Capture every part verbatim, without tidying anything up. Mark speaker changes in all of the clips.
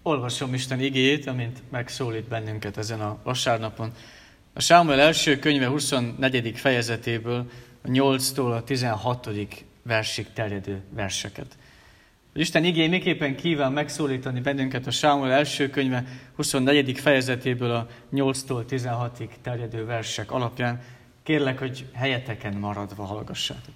Speaker 1: Olvasom Isten igéjét, amint megszólít bennünket ezen a vasárnapon. A Sámuel első könyve huszonnegyedik fejezetéből a nyolctól a tizenhatodik versig terjedő verseket. Az Isten igény miképpen kíván megszólítani bennünket a Sámuel első könyve huszonnegyedik fejezetéből a nyolctól tizenhatig terjedő versek alapján. Kérlek, hogy helyeteken maradva hallgassátok.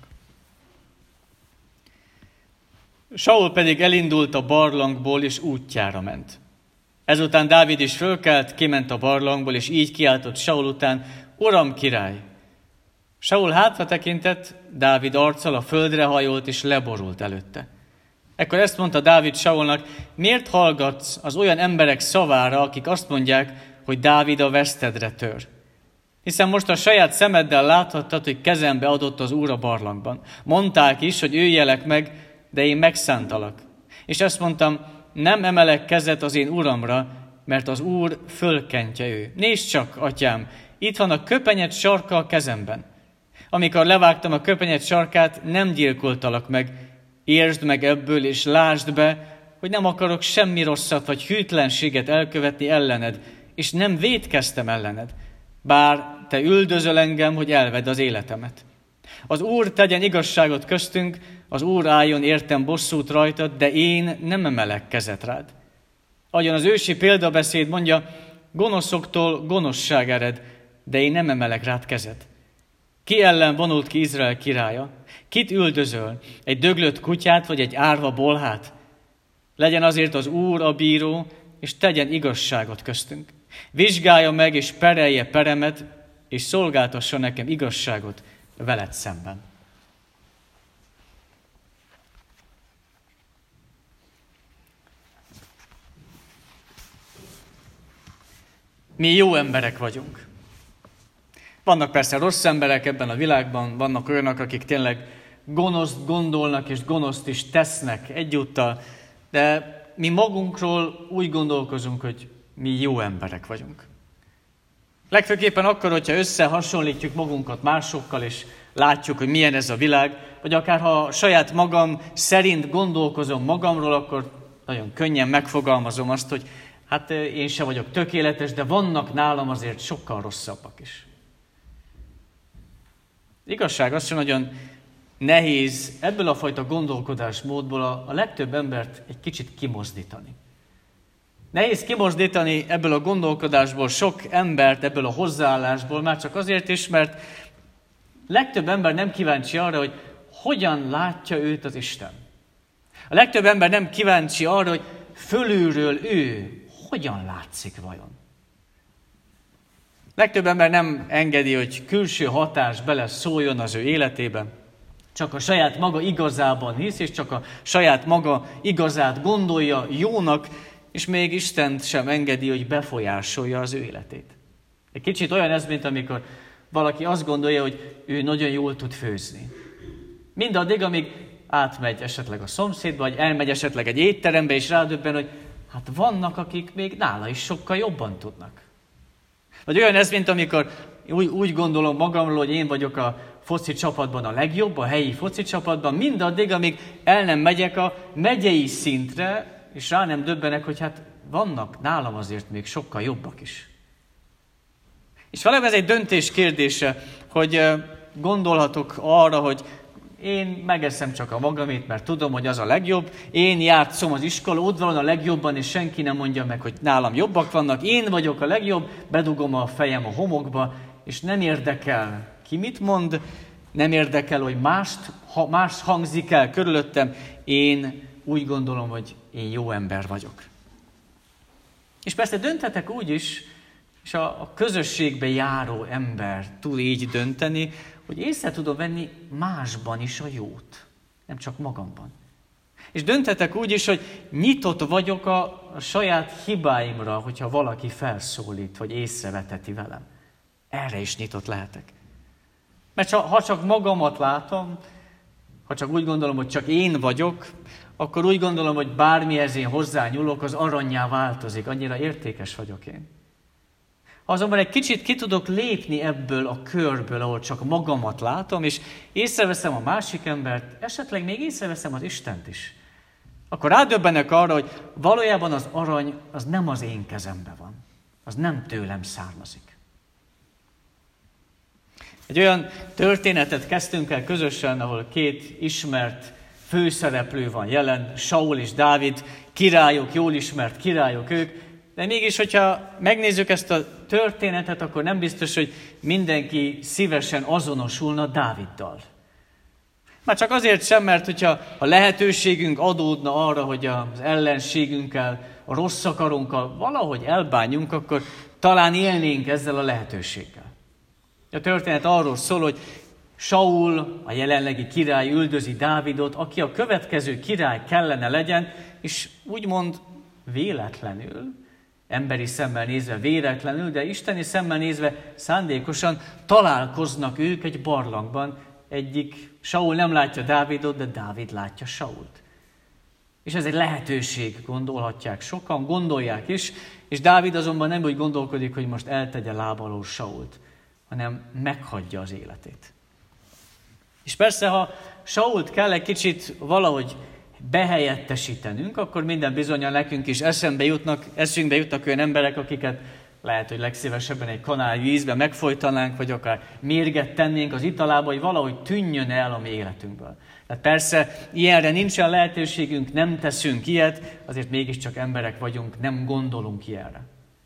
Speaker 1: Saul pedig elindult a barlangból, és útjára ment. Ezután Dávid is fölkelt, kiment a barlangból, és így kiáltott Saul után: Uram, király! Saul hátra tekintett, Dávid arccal a földre hajolt, és leborult előtte. Ekkor ezt mondta Dávid Saulnak: Miért hallgatsz az olyan emberek szavára, akik azt mondják, hogy Dávid a vesztedre tör? Hiszen most a saját szemeddel láthattad, hogy kezembe adott az Úr a barlangban. Mondták is, hogy öljelek meg, de én megszántalak. És ezt mondtam: nem emelek kezet az én uramra, mert az Úr fölkentje ő. Nézd csak, atyám, itt van a köpenyed sarka a kezemben. Amikor levágtam a köpenyed sarkát, nem gyilkoltalak meg. Értsd meg ebből, és lásd be, hogy nem akarok semmi rosszat vagy hűtlenséget elkövetni ellened, és nem vétkeztem ellened, bár te üldözöl engem, hogy elvedd az életemet. Az Úr tegyen igazságot köztünk, az Úr álljon értem bosszút rajtad, de én nem emelek kezet rád. Ahogyan az ősi példabeszéd mondja, gonoszoktól gonoszság ered, de én nem emelek rád kezet. Ki ellen vonult ki Izrael királya? Kit üldözöl? Egy döglött kutyát, vagy egy árva bolhát? Legyen azért az Úr a bíró, és tegyen igazságot köztünk. Vizsgálja meg, és perelje peremet, és szolgáltassa nekem igazságot veled szemben. Mi jó emberek vagyunk. Vannak persze rossz emberek ebben a világban, vannak olyanok, akik tényleg gonoszt gondolnak és gonoszt is tesznek egyúttal, de mi magunkról úgy gondolkozunk, hogy mi jó emberek vagyunk. Legfőképpen akkor, hogyha összehasonlítjuk magunkat másokkal, és látjuk, hogy milyen ez a világ, vagy akár ha saját magam szerint gondolkozom magamról, akkor nagyon könnyen megfogalmazom azt, hogy hát én sem vagyok tökéletes, de vannak nálam azért sokkal rosszabbak is. Igazság az, hogy nagyon nehéz ebből a fajta gondolkodásmódból a, a legtöbb embert egy kicsit kimozdítani. Nehéz kimozdítani ebből a gondolkodásból sok embert, ebből a hozzáállásból, már csak azért is, mert legtöbb ember nem kíváncsi arra, hogy hogyan látja őt az Isten. A legtöbb ember nem kíváncsi arra, hogy fölülről ő hogyan látszik vajon. Legtöbb ember nem engedi, hogy külső hatás bele szóljon az ő életébe. Csak a saját maga igazában hisz, és csak a saját maga igazát gondolja jónak, és még Istent sem engedi, hogy befolyásolja az ő életét. Egy kicsit olyan ez, mint amikor valaki azt gondolja, hogy ő nagyon jól tud főzni. Mindaddig, amíg átmegy esetleg a szomszédba, vagy elmegy esetleg egy étterembe, és rádöbben, hogy hát vannak, akik még nála is sokkal jobban tudnak. Vagy olyan ez, mint amikor úgy, úgy gondolom magamról, hogy én vagyok a foci csapatban a legjobb, a helyi foci csapatban, mindaddig, amíg el nem megyek a megyei szintre, és rá nem döbbenek, hogy hát vannak nálam azért még sokkal jobbak is. És valami ez egy döntés kérdése, hogy gondolhatok arra, hogy én megeszem csak a magamét, mert tudom, hogy az a legjobb. Én játszom az iskola, ott van a legjobban, és senki nem mondja meg, hogy nálam jobbak vannak. Én vagyok a legjobb, bedugom a fejem a homokba, és nem érdekel, ki mit mond, nem érdekel, hogy mást, ha más hangzik el körülöttem. Én úgy gondolom, hogy én jó ember vagyok. És persze dönthetek úgy is, és a, a közösségbe járó ember tud így dönteni, hogy észre tudom venni másban is a jót, nem csak magamban. És dönthetek úgy is, hogy nyitott vagyok a, a saját hibáimra, hogyha valaki felszólít, vagy észreveteti velem. Erre is nyitott lehetek. Mert ha, ha csak magamat látom, ha csak úgy gondolom, hogy csak én vagyok, akkor úgy gondolom, hogy bármihez én hozzányúlok, az arannyá változik, annyira értékes vagyok én. Ha azonban egy kicsit ki tudok lépni ebből a körből, ahol csak magamat látom, és észreveszem a másik embert, esetleg még észreveszem az Istent is, akkor rádöbbenek arra, hogy valójában az arany az nem az én kezemben van. Az nem tőlem származik. Egy olyan történetet kezdtünk el közösen, ahol két ismert főszereplő van jelen, Saul és Dávid, királyok, jól ismert királyok ők, de mégis, hogyha megnézzük ezt a történetet, akkor nem biztos, hogy mindenki szívesen azonosulna Dáviddal. Már csak azért sem, mert hogyha a lehetőségünk adódna arra, hogy az ellenségünkkel, a rossz akarunkkal valahogy elbánjunk, akkor talán élnénk ezzel a lehetőséggel. A történet arról szól, hogy Saul, a jelenlegi király üldözi Dávidot, aki a következő király kellene legyen, és úgymond véletlenül, emberi szemmel nézve véletlenül, de isteni szemmel nézve szándékosan találkoznak ők egy barlangban. Egyik Saul nem látja Dávidot, de Dávid látja Sault. És ez egy lehetőség, gondolhatják sokan, gondolják is, és Dávid azonban nem úgy gondolkodik, hogy most eltegye láb alól Sault, hanem meghagyja az életét. És persze, ha Sault kell egy kicsit valahogy behelyettesítenünk, akkor minden bizonnyal nekünk is eszembe jutnak, eszünkbe jutnak olyan emberek, akiket lehet, hogy legszívesebben egy kanál vízbe megfojtanánk, vagy akár mérget tennénk az italába, hogy valahogy tűnjön el a mi életünkből. Tehát persze ilyenre nincsen lehetőségünk, nem teszünk ilyet, azért mégiscsak emberek vagyunk, nem gondolunk ilyenre.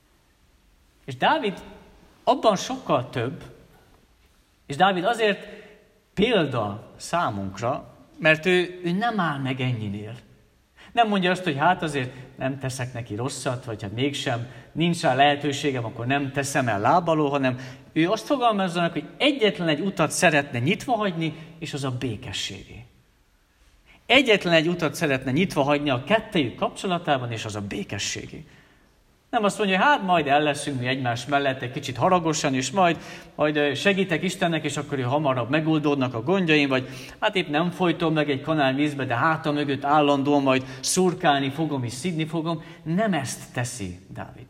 Speaker 1: És Dávid abban sokkal több, és Dávid azért példa számunkra, mert ő, ő nem áll meg ennyinél. Nem mondja azt, hogy hát azért nem teszek neki rosszat, vagy hát mégsem, nincs rá lehetőségem, akkor nem teszem el lábalól, hanem ő azt fogalmazza, hogy egyetlen egy utat szeretne nyitva hagyni, és az a békességé. Egyetlen egy utat szeretne nyitva hagyni a kettejük kapcsolatában, és az a békességé. Nem azt mondja, hogy hát majd el leszünk mi egymás mellett egy kicsit haragosan, és majd, majd segítek Istennek, és akkor ő hamarabb megoldódnak a gondjaim, vagy hát épp nem folytom meg egy kanál vízbe, de háta mögött állandóan majd szurkálni fogom és szidni fogom. Nem ezt teszi Dávid.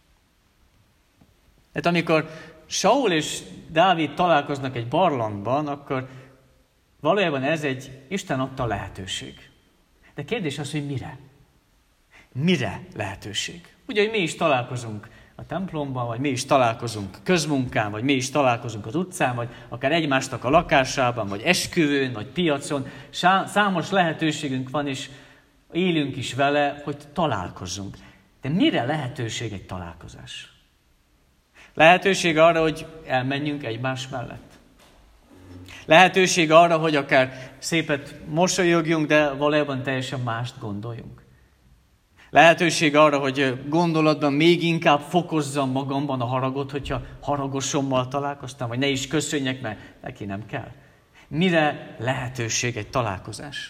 Speaker 1: Tehát amikor Saul és Dávid találkoznak egy barlangban, akkor valójában ez egy Isten adta lehetőség. De kérdés az, hogy mire? Mire lehetőség? Ugye, hogy mi is találkozunk a templomban, vagy mi is találkozunk közmunkán, vagy mi is találkozunk az utcán, vagy akár egymásnak a lakásában, vagy esküvőn, vagy piacon. Számos lehetőségünk van, és élünk is vele, hogy találkozzunk. De mire lehetőség egy találkozás? Lehetőség arra, hogy elmenjünk egymás mellett. Lehetőség arra, hogy akár szépet mosolyogjunk, de valójában teljesen mást gondoljunk. Lehetőség arra, hogy gondolatban még inkább fokozzam magamban a haragot, hogyha haragosommal találkoztam, vagy ne is köszönjek, mert neki nem kell. Mire lehetőség egy találkozás?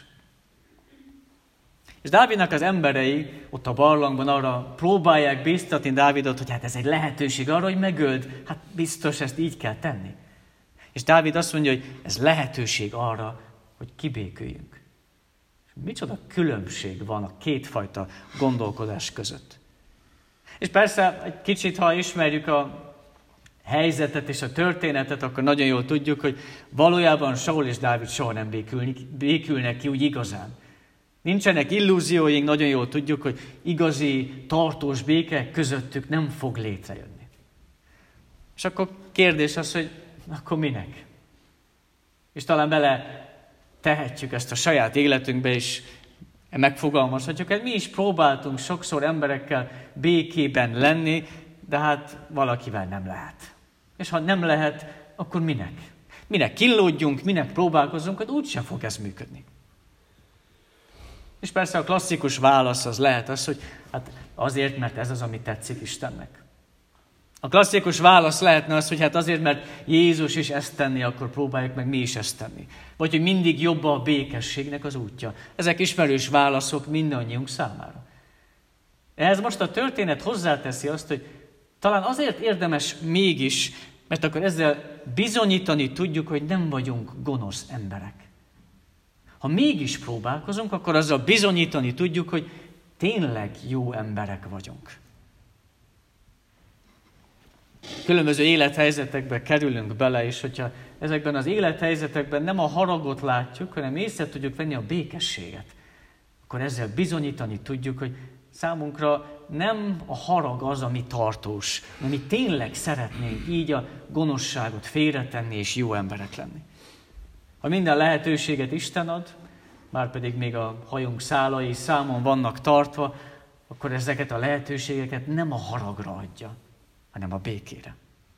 Speaker 1: És Dávidnak az emberei ott a barlangban arra próbálják bíztatni Dávidot, hogy hát ez egy lehetőség arra, hogy megöld. Hát biztos ezt így kell tenni. És Dávid azt mondja, hogy ez lehetőség arra, hogy kibéküljünk. Micsoda különbség van a kétfajta gondolkodás között. És persze, egy kicsit, ha ismerjük a helyzetet és a történetet, akkor nagyon jól tudjuk, hogy valójában Saul és Dávid soha nem békülnek, békülnek ki úgy igazán. Nincsenek illúzióink, nagyon jól tudjuk, hogy igazi, tartós béke közöttük nem fog létrejönni. És akkor kérdés az, hogy akkor minek? És talán bele tehetjük ezt a saját életünkbe, és megfogalmazhatjuk. Hát mi is próbáltunk sokszor emberekkel békében lenni, de hát valakivel nem lehet. És ha nem lehet, akkor minek? Minek kínlódjunk, minek próbálkozzunk, hát úgysem fog ez működni. És persze a klasszikus válasz az lehet az, hogy hát azért, mert ez az, ami tetszik Istennek. A klasszikus válasz lehetne az, hogy hát azért, mert Jézus is ezt tenni, akkor próbáljuk meg mi is ezt tenni. Vagy hogy mindig jobb a békességnek az útja. Ezek ismerős válaszok mindannyiunk számára. Ehhez most a történet hozzáteszi azt, hogy talán azért érdemes mégis, mert akkor ezzel bizonyítani tudjuk, hogy nem vagyunk gonosz emberek. Ha mégis próbálkozunk, akkor azzal bizonyítani tudjuk, hogy tényleg jó emberek vagyunk. Különböző élethelyzetekbe kerülünk bele, és hogyha ezekben az élethelyzetekben nem a haragot látjuk, hanem észre tudjuk venni a békességet, akkor ezzel bizonyítani tudjuk, hogy számunkra nem a harag az, ami tartós, hanem mi tényleg szeretnénk így a gonoszságot félretenni és jó emberek lenni. Ha minden lehetőséget Isten ad, márpedig még a hajunk szálai számon vannak tartva, akkor ezeket a lehetőségeket nem a haragra adja, hanem a békére.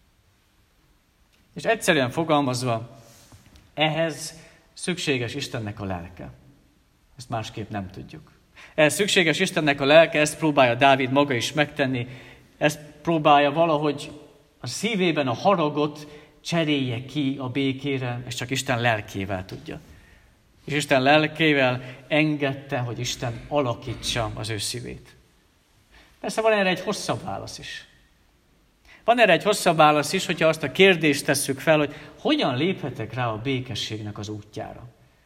Speaker 1: És egyszerűen fogalmazva, ehhez szükséges Istennek a lelke. Ezt másképp nem tudjuk. Ehhez szükséges Istennek a lelke, ezt próbálja Dávid maga is megtenni, ezt próbálja valahogy a szívében a haragot cserélje ki a békére, és csak Isten lelkével tudja. És Isten lelkével engedte, hogy Isten alakítsa az ő szívét. Persze van erre egy hosszabb válasz is. Van erre egy hosszabb válasz is, hogyha azt a kérdést tesszük fel, hogy hogyan léphetek rá a békességnek az útjára.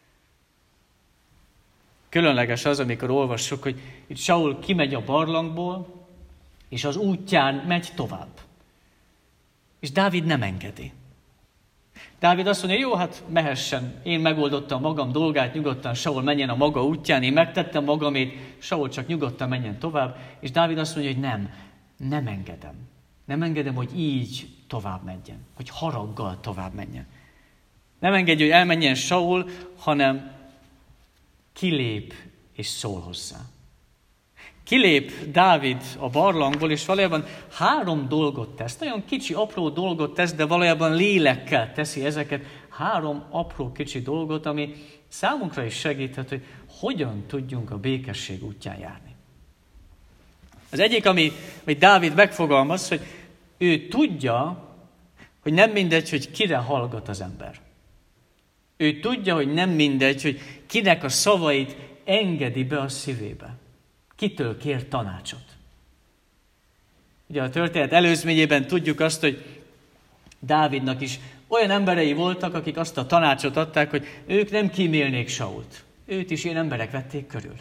Speaker 1: Különleges az, amikor olvassuk, hogy itt Saul kimegy a barlangból, és az útján megy tovább. És Dávid nem engedi. Dávid azt mondja, jó, hát mehessen, én megoldottam magam dolgát, nyugodtan Saul menjen a maga útján, én megtettem magamét, Saul csak nyugodtan menjen tovább, és Dávid azt mondja, hogy nem, nem engedem. Nem engedem, hogy így tovább menjen, hogy haraggal tovább menjen. Nem engedje, hogy elmenjen Saul, hanem kilép és szól hozzá. Kilép Dávid a barlangból, és valójában három dolgot tesz. Nagyon kicsi, apró dolgot tesz, de valójában lélekkel teszi ezeket. Három apró, kicsi dolgot, ami számunkra is segíthet, hogy hogyan tudjunk a békesség útján járni. Az egyik, ami, amit Dávid megfogalmaz, hogy ő tudja, hogy nem mindegy, hogy kire hallgat az ember. Ő tudja, hogy nem mindegy, hogy kinek a szavait engedi be a szívébe. Kitől kér tanácsot. Ugye a történet előzményében tudjuk azt, hogy Dávidnak is olyan emberei voltak, akik azt a tanácsot adták, hogy ők nem kímélnék Sault. Őt is ilyen emberek vették körül.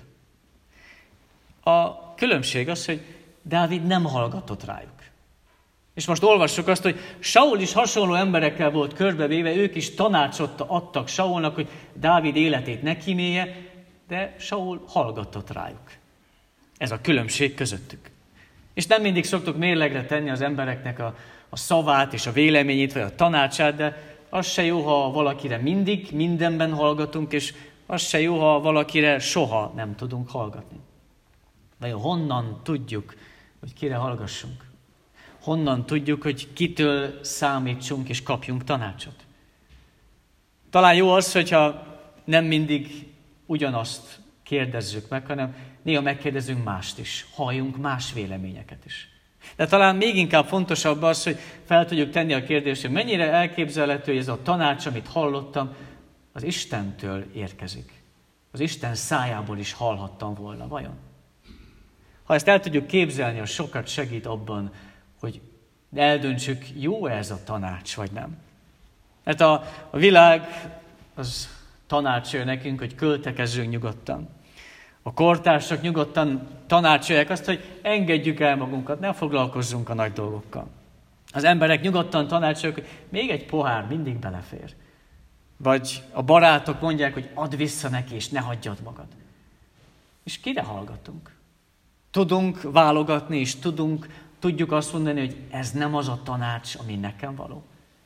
Speaker 1: A különbség az, hogy Dávid nem hallgatott rájuk. És most olvassuk azt, hogy Saul is hasonló emberekkel volt körbevéve, ők is tanácsot adtak Saulnak, hogy Dávid életét ne kímélje, de Saul hallgatott rájuk. Ez a különbség közöttük. És nem mindig szoktuk mérlegre tenni az embereknek a, a szavát és a véleményét, vagy a tanácsát, de az se jó, ha valakire mindig, mindenben hallgatunk, és az se jó, ha valakire soha nem tudunk hallgatni. Vajon honnan tudjuk, hogy kire hallgassunk? Honnan tudjuk, hogy kitől számítsunk és kapjunk tanácsot? Talán jó az, hogyha nem mindig ugyanazt kérdezzük meg, hanem néha megkérdezünk mást is, halljunk más véleményeket is. De talán még inkább fontosabb az, hogy fel tudjuk tenni a kérdést, hogy mennyire elképzelhető, hogy ez a tanács, amit hallottam, az Istentől érkezik. Az Isten szájából is hallhattam volna, vajon? Ha ezt el tudjuk képzelni, az sokat segít abban, hogy eldöntsük, jó ez a tanács, vagy nem. Mert a, a világ az tanácsolja nekünk, hogy költekezzünk nyugodtan. A kortársak nyugodtan tanácsolják azt, hogy engedjük el magunkat, ne foglalkozzunk a nagy dolgokkal. Az emberek nyugodtan tanácsolják, hogy még egy pohár mindig belefér. Vagy a barátok mondják, hogy add vissza neki, és ne hagyjad magad. És kire hallgatunk? Tudunk válogatni, és tudunk, tudjuk azt mondani, hogy ez nem az a tanács, ami nekem való.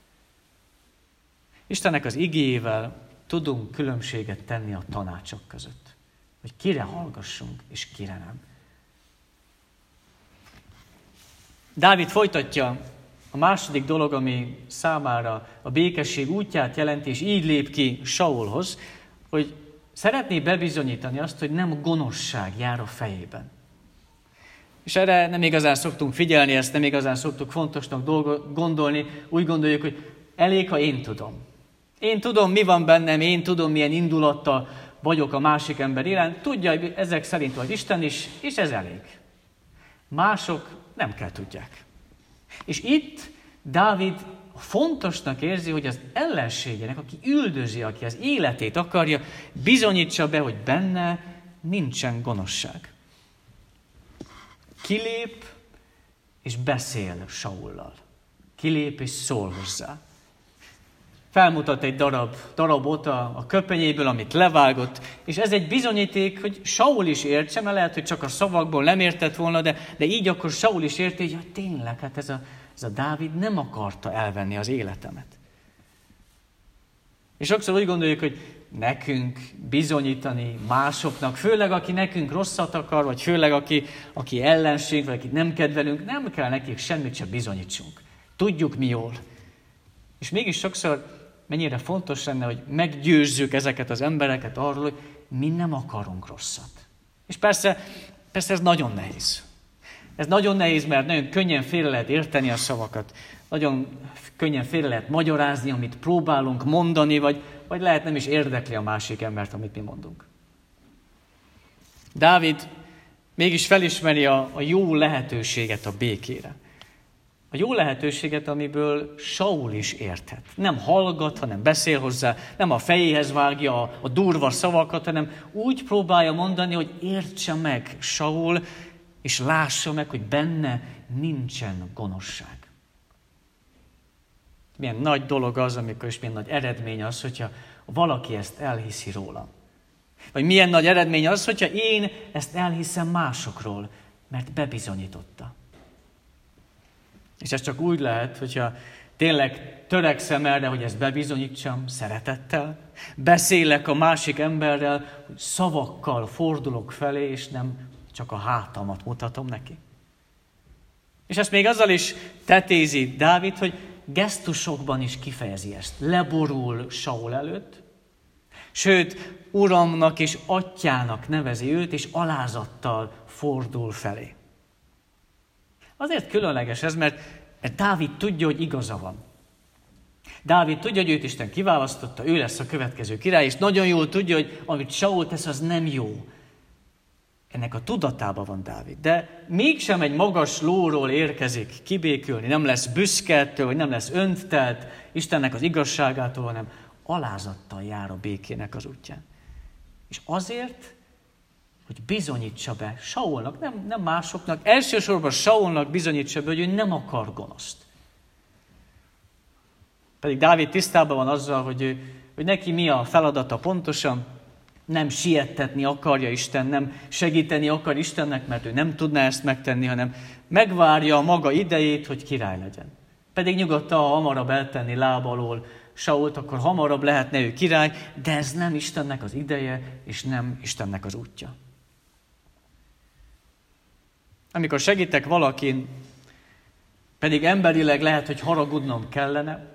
Speaker 1: Istennek az igéjével tudunk különbséget tenni a tanácsok között. Hogy kire hallgassunk, és kire nem. Dávid folytatja a második dolog, ami számára a békesség útját jelenti, és így lép ki Saulhoz, hogy szeretné bebizonyítani azt, hogy nem gonoszság jár a fejében. És erre nem igazán szoktunk figyelni, ezt nem igazán szoktuk fontosnak dolgo- gondolni. Úgy gondoljuk, hogy elég, ha én tudom. Én tudom, mi van bennem, én tudom, milyen indulattal vagyok a másik ember iránt. Tudja, hogy ezek szerint vagy Isten is, és ez elég. Mások nem kell tudják. És itt Dávid fontosnak érzi, hogy az ellenségének, aki üldözi, aki az életét akarja, bizonyítsa be, hogy benne nincsen gonoszság. Kilép és beszél Saullal. Kilép és szól hozzá. felmutat egy darab, darabot a, a köpenyéből, amit levágott, és ez egy bizonyíték, hogy Saul is értse, mert lehet, hogy csak a szavakból nem értett volna, de, de így akkor Saul is érti, hogy ja, tényleg, hát ez a, ez a Dávid nem akarta elvenni az életemet. És sokszor úgy gondoljuk, hogy nekünk bizonyítani másoknak, főleg aki nekünk rosszat akar, vagy főleg aki, aki ellenség, vagy akit nem kedvelünk, nem kell nekik semmit sem bizonyítsunk. Tudjuk mi jól. És mégis sokszor mennyire fontos lenne, hogy meggyőzzük ezeket az embereket arról, hogy mi nem akarunk rosszat. És persze, persze ez nagyon nehéz. Ez nagyon nehéz, mert nagyon könnyen félre lehet érteni a szavakat. Nagyon könnyen félre lehet magyarázni, amit próbálunk mondani, vagy, vagy lehet nem is érdekli a másik embert, amit mi mondunk. Dávid mégis felismeri a, a jó lehetőséget a békére. A jó lehetőséget, amiből Saul is érthet. Nem hallgat, hanem beszél hozzá, nem a fejéhez vágja a, a durva szavakat, hanem úgy próbálja mondani, hogy értse meg Saul, és lássa meg, hogy benne nincsen gonoszság. Milyen nagy dolog az, amikor is milyen nagy eredmény az, hogyha valaki ezt elhiszi róla. Vagy milyen nagy eredmény az, hogyha én ezt elhiszem másokról, mert bebizonyította. És ez csak úgy lehet, hogyha tényleg törekszem erre, hogy ezt bebizonyítsam szeretettel, beszélek a másik emberrel, hogy szavakkal fordulok felé, és nem csak a hátamat mutatom neki. És ezt még azzal is tetézi Dávid, hogy gesztusokban is kifejezi ezt. Leborul Saul előtt, sőt, uramnak és atyának nevezi őt, és alázattal fordul felé. Azért különleges ez, mert, mert Dávid tudja, hogy igaza van. Dávid tudja, hogy őt Isten kiválasztotta, ő lesz a következő király, és nagyon jól tudja, hogy amit Saul tesz, az nem jó. Ennek a tudatában van Dávid. De mégsem egy magas lóról érkezik kibékülni, nem lesz büszke ettől, vagy nem lesz önttelt Istennek az igazságától, hanem alázattal jár a békének az útján. És azért, hogy bizonyítsa be Saulnak, nem, nem másoknak, elsősorban Saulnak bizonyítsa be, hogy ő nem akar gonoszt. Pedig Dávid tisztában van azzal, hogy, ő, hogy neki mi a feladata pontosan, nem siettetni akarja Isten, nem segíteni akar Istennek, mert ő nem tudná ezt megtenni, hanem megvárja a maga idejét, hogy király legyen. Pedig nyugodtan, ha hamarabb eltenni láb alól Sault, akkor hamarabb lehetne ő király, de ez nem Istennek az ideje, és nem Istennek az útja. Amikor segítek valakin, pedig emberileg lehet, hogy haragudnom kellene,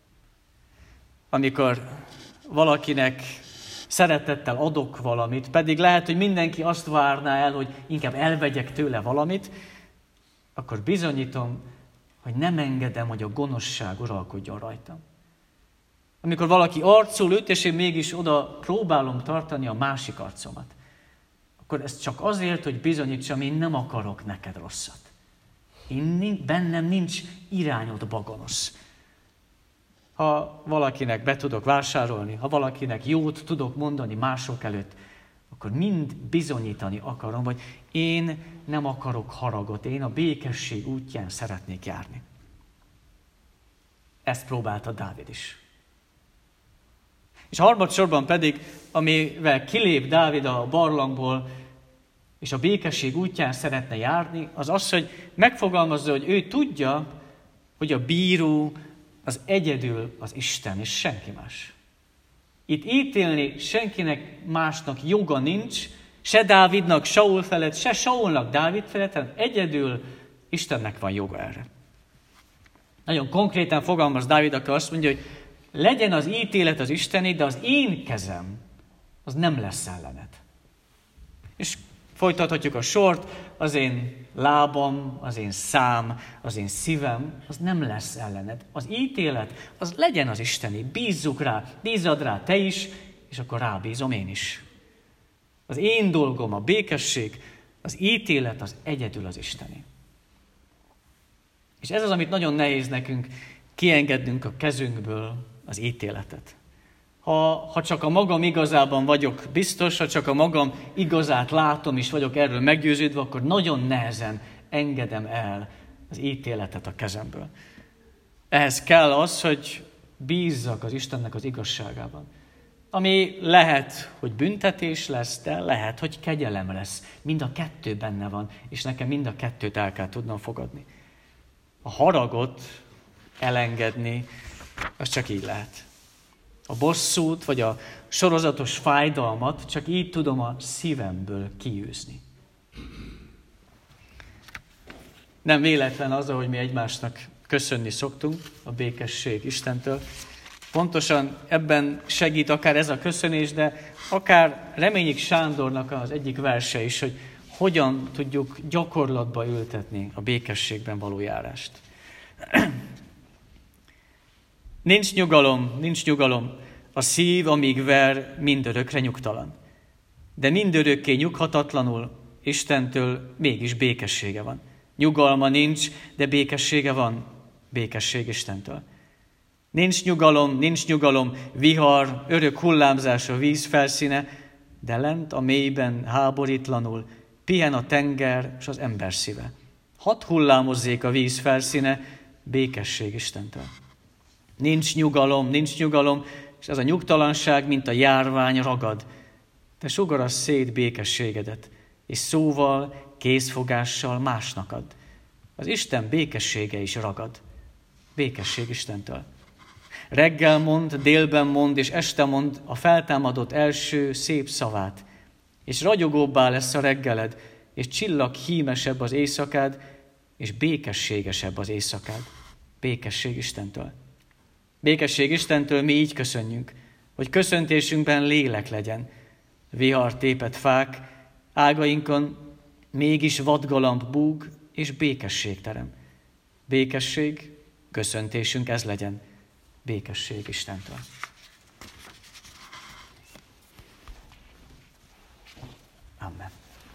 Speaker 1: amikor valakinek szeretettel adok valamit, pedig lehet, hogy mindenki azt várná el, hogy inkább elvegyek tőle valamit, akkor bizonyítom, hogy nem engedem, hogy a gonoszság uralkodjon rajtam. Amikor valaki arcul üt, és én mégis oda próbálom tartani a másik arcomat, akkor ez csak azért, hogy bizonyítsam, én nem akarok neked rosszat. Én, bennem nincs irányodba gonosz. Ha valakinek be tudok vásárolni, ha valakinek jót tudok mondani mások előtt, akkor mind bizonyítani akarom, hogy én nem akarok haragot, én a békesség útján szeretnék járni. Ezt próbálta Dávid is. És harmadsorban pedig, amivel kilép Dávid a barlangból, és a békesség útján szeretne járni, az az, hogy megfogalmazza, hogy ő tudja, hogy a bíró az egyedül az Isten, és senki más. Itt ítélni senkinek másnak joga nincs, se Dávidnak Saul felett, se Saulnak Dávid felett, hanem egyedül Istennek van joga erre. Nagyon konkrétan fogalmaz Dávid, akkor azt mondja, hogy legyen az ítélet az Istené, de az én kezem, az nem lesz ellened. És folytathatjuk a sort, az én lábam, az én szám, az én szívem, az nem lesz ellened. Az ítélet, az legyen az Isteni. Bízzuk rá, bízzad rá te is, és akkor rábízom én is. Az én dolgom a békesség, az ítélet az egyedül az Isteni. És ez az, amit nagyon nehéz nekünk kiengednünk a kezünkből, az ítéletet. Ha, ha csak a magam igazában vagyok biztos, ha csak a magam igazát látom, és vagyok erről meggyőződve, akkor nagyon nehezen engedem el az ítéletet a kezemből. Ehhez kell az, hogy bízzak az Istennek az igazságában. Ami lehet, hogy büntetés lesz, de lehet, hogy kegyelem lesz. Mind a kettő benne van, és nekem mind a kettőt el kell tudnom fogadni. A haragot elengedni, az csak így lehet. A bosszút, vagy a sorozatos fájdalmat csak így tudom a szívemből kiűzni. Nem véletlen az, ahogy mi egymásnak köszönni szoktunk, a békesség Istentől. Pontosan ebben segít akár ez a köszönés, de akár Reményik Sándornak az egyik verse is, hogy hogyan tudjuk gyakorlatba ültetni a békességben való járást. Nincs nyugalom, nincs nyugalom, a szív, amíg ver, mindörökre nyugtalan. De mindörökké nyughatatlanul Istentől mégis békessége van. Nyugalma nincs, de békessége van, békesség Istentől. Nincs nyugalom, nincs nyugalom, vihar, örök hullámzás a víz felszíne, de lent a mélyben háborítlanul pihen a tenger és az ember szíve. Hadd hullámozzék a víz felszíne, békesség Istentől. Nincs nyugalom, nincs nyugalom, és ez a nyugtalanság, mint a járvány ragad. Te sugarazd szét békességedet, és szóval, kézfogással másnak add. Az Isten békessége is ragad. Békesség Istentől. Reggel mond, délben mond, és este mond a feltámadott első szép szavát, és ragyogóbbá lesz a reggeled, és csillag hímesebb az éjszakád, és békességesebb az éjszakád. Békesség Istentől. Békesség Istentől mi így köszönjünk, hogy köszöntésünkben lélek legyen. Vihar tépett fák, ágainkon mégis vadgalamb búg, és békesség terem. Békesség, köszöntésünk ez legyen. Békesség Istentől. Amen.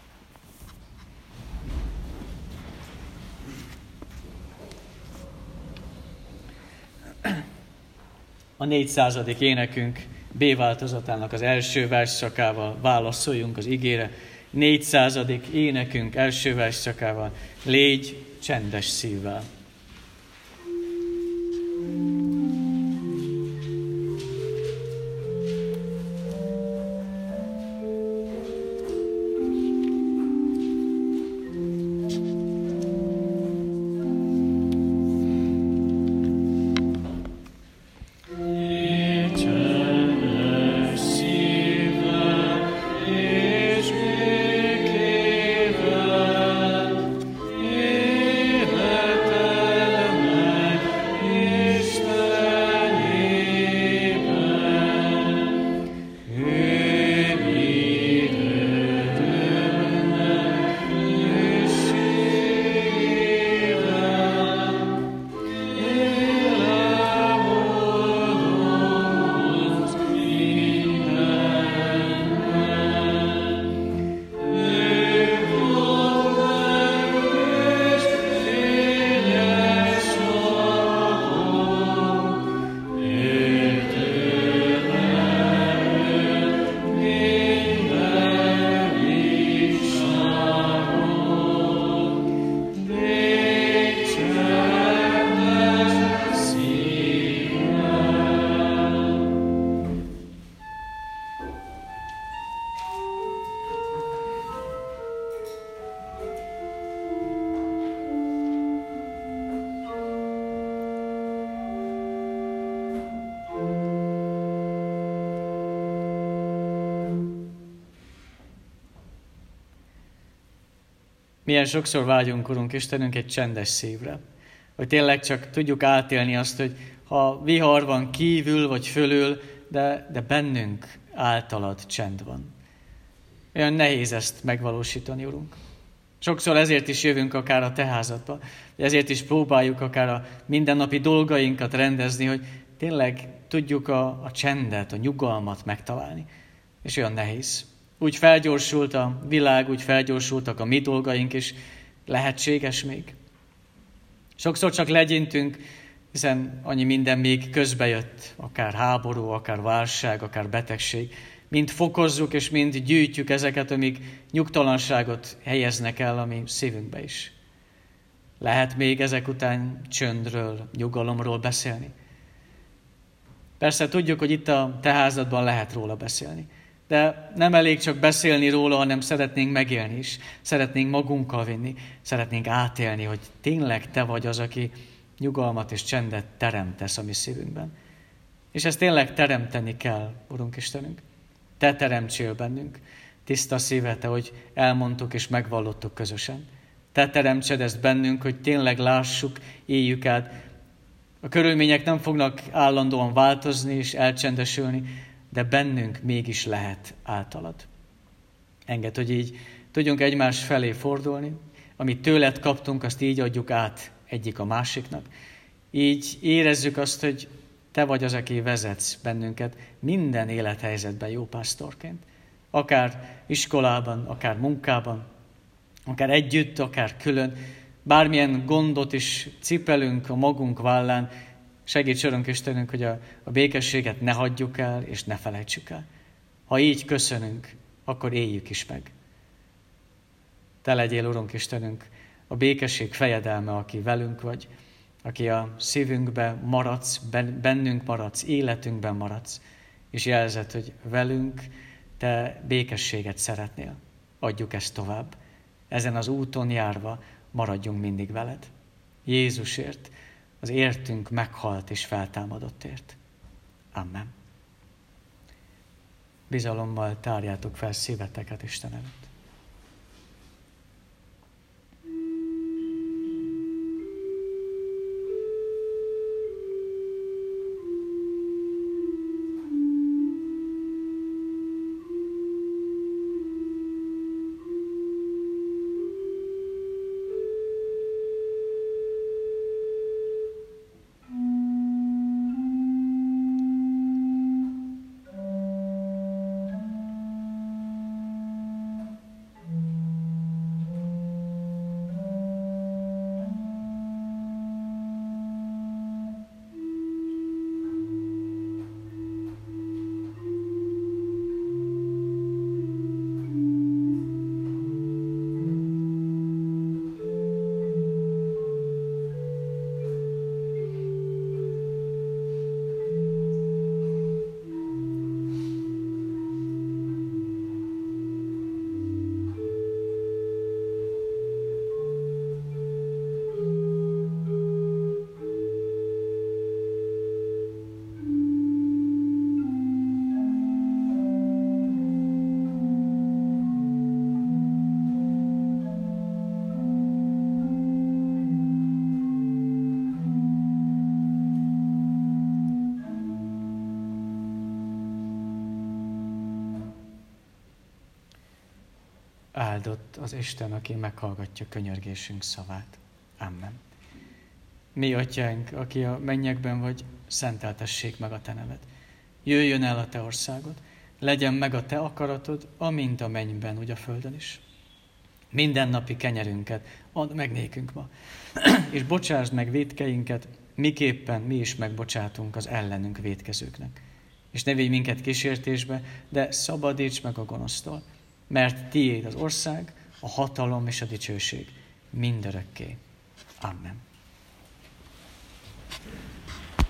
Speaker 1: A négyszázadik énekünk B változatának az első versszakával válaszoljunk az igére. négyszázadik énekünk első versszakával. Légy csendes szívvel. Milyen sokszor vágyunk, Urunk Istenünk, egy csendes szívre. Hogy tényleg csak tudjuk átélni azt, hogy ha vihar van kívül vagy fölül, de, de bennünk általad csend van. Olyan nehéz ezt megvalósítani, Urunk. Sokszor ezért is jövünk akár a te házadba, ezért is próbáljuk akár a mindennapi dolgainkat rendezni, hogy tényleg tudjuk a, a csendet, a nyugalmat megtalálni. És olyan nehéz. Úgy felgyorsult a világ, úgy felgyorsultak a mi dolgaink is, lehetséges még. Sokszor csak legyintünk, hiszen annyi minden még közbejött, akár háború, akár válság, akár betegség. Mind fokozzuk és mind gyűjtjük ezeket, amíg nyugtalanságot helyeznek el a mi szívünkbe is. Lehet még ezek után csöndről, nyugalomról beszélni. Persze tudjuk, hogy itt a te házadban lehet róla beszélni. De nem elég csak beszélni róla, hanem szeretnénk megélni is. Szeretnénk magunkkal vinni. Szeretnénk átélni, hogy tényleg te vagy az, aki nyugalmat és csendet teremtesz a mi szívünkben. És ezt tényleg teremteni kell, Urunk Istenünk. Te teremtsél bennünk tiszta szívet, ahogy elmondtuk és megvallottuk közösen. Te teremtsed ezt bennünk, hogy tényleg lássuk, éljük át. A körülmények nem fognak állandóan változni és elcsendesülni, de bennünk mégis lehet általad. Engedd, hogy így tudjunk egymás felé fordulni, amit tőled kaptunk, azt így adjuk át egyik a másiknak. Így érezzük azt, hogy te vagy az, aki vezetsz bennünket minden élethelyzetben jó pásztorként. Akár iskolában, akár munkában, akár együtt, akár külön, bármilyen gondot is cipelünk a magunk vállán, segíts, Urunk Istenünk, hogy a, a békességet ne hagyjuk el, és ne felejtsük el. Ha így köszönünk, akkor éljük is meg. Te legyél, Urunk Istenünk, a békesség fejedelme, aki velünk vagy, aki a szívünkben maradsz, bennünk maradsz, életünkben maradsz, és jelzed, hogy velünk te békességet szeretnél. Adjuk ezt tovább. Ezen az úton járva maradjunk mindig veled. Jézusért, az értünk meghalt és feltámadottért. Amen. Bizalommal tárjátok fel szíveteket Isten előtt. Áldott az Isten, aki meghallgatja könyörgésünk szavát. Amen. Mi, Atyánk, aki a mennyekben vagy, szenteltessék meg a te neved. Jöjjön el a te országod, legyen meg a te akaratod, amint a mennyben, úgy a földön is. Mindennapi kenyerünket add meg nékünk ma, és bocsásd meg vétkeinket, miképpen mi is megbocsátunk az ellenünk vétkezőknek. És ne vigy minket kísértésbe, de szabadíts meg a gonosztól, mert tiéd az ország, a hatalom és a dicsőség mindörökké. Amen.